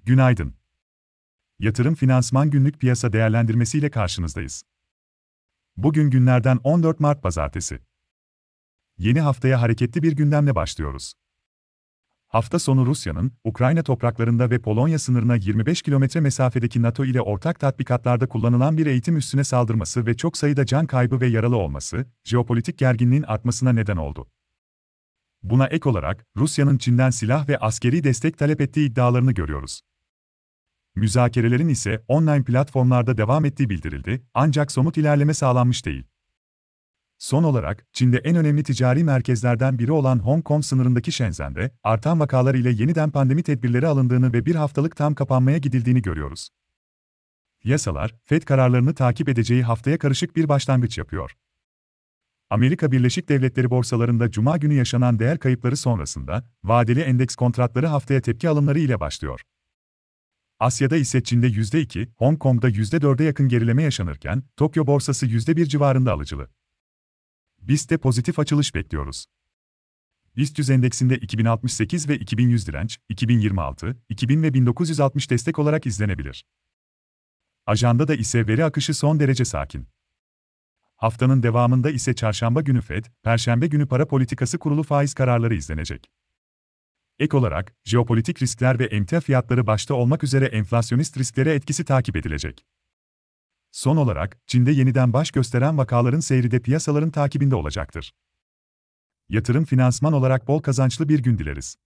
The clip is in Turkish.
Günaydın. Yatırım Finansman Günlük Piyasa Değerlendirmesi ile karşınızdayız. Bugün günlerden 14 Mart Pazartesi. Yeni haftaya hareketli bir gündemle başlıyoruz. Hafta sonu Rusya'nın, Ukrayna topraklarında ve Polonya sınırına 25 kilometre mesafedeki NATO ile ortak tatbikatlarda kullanılan bir eğitim üssüne saldırması ve çok sayıda can kaybı ve yaralı olması, jeopolitik gerginliğin artmasına neden oldu. Buna ek olarak, Rusya'nın Çin'den silah ve askeri destek talep ettiği iddialarını görüyoruz. Müzakerelerin ise online platformlarda devam ettiği bildirildi, ancak somut ilerleme sağlanmış değil. Son olarak, Çin'de en önemli ticari merkezlerden biri olan Hong Kong sınırındaki Shenzhen'de, artan vakalar ile yeniden pandemi tedbirleri alındığını ve bir haftalık tam kapanmaya gidildiğini görüyoruz. Yasalar, Fed kararlarını takip edeceği haftaya karışık bir başlangıç yapıyor. Amerika Birleşik Devletleri borsalarında Cuma günü yaşanan değer kayıpları sonrasında, vadeli endeks kontratları haftaya tepki alımları ile başlıyor. Asya'da ise Çin'de %2, Hong Kong'da %4'e yakın gerileme yaşanırken, Tokyo borsası %1 civarında alıcılı. BIST'te pozitif açılış bekliyoruz. BIST 100 endeksinde 2068 ve 2100 direnç, 2026, 2000 ve 1960 destek olarak izlenebilir. Ajandada ise veri akışı son derece sakin. Haftanın devamında ise çarşamba günü Fed, perşembe günü para politikası kurulu faiz kararları izlenecek. Ek olarak, jeopolitik riskler ve emtia fiyatları başta olmak üzere enflasyonist risklere etkisi takip edilecek. Son olarak, Çin'de yeniden baş gösteren vakaların seyri de piyasaların takibinde olacaktır. Yatırım finansman olarak bol kazançlı bir gün dileriz.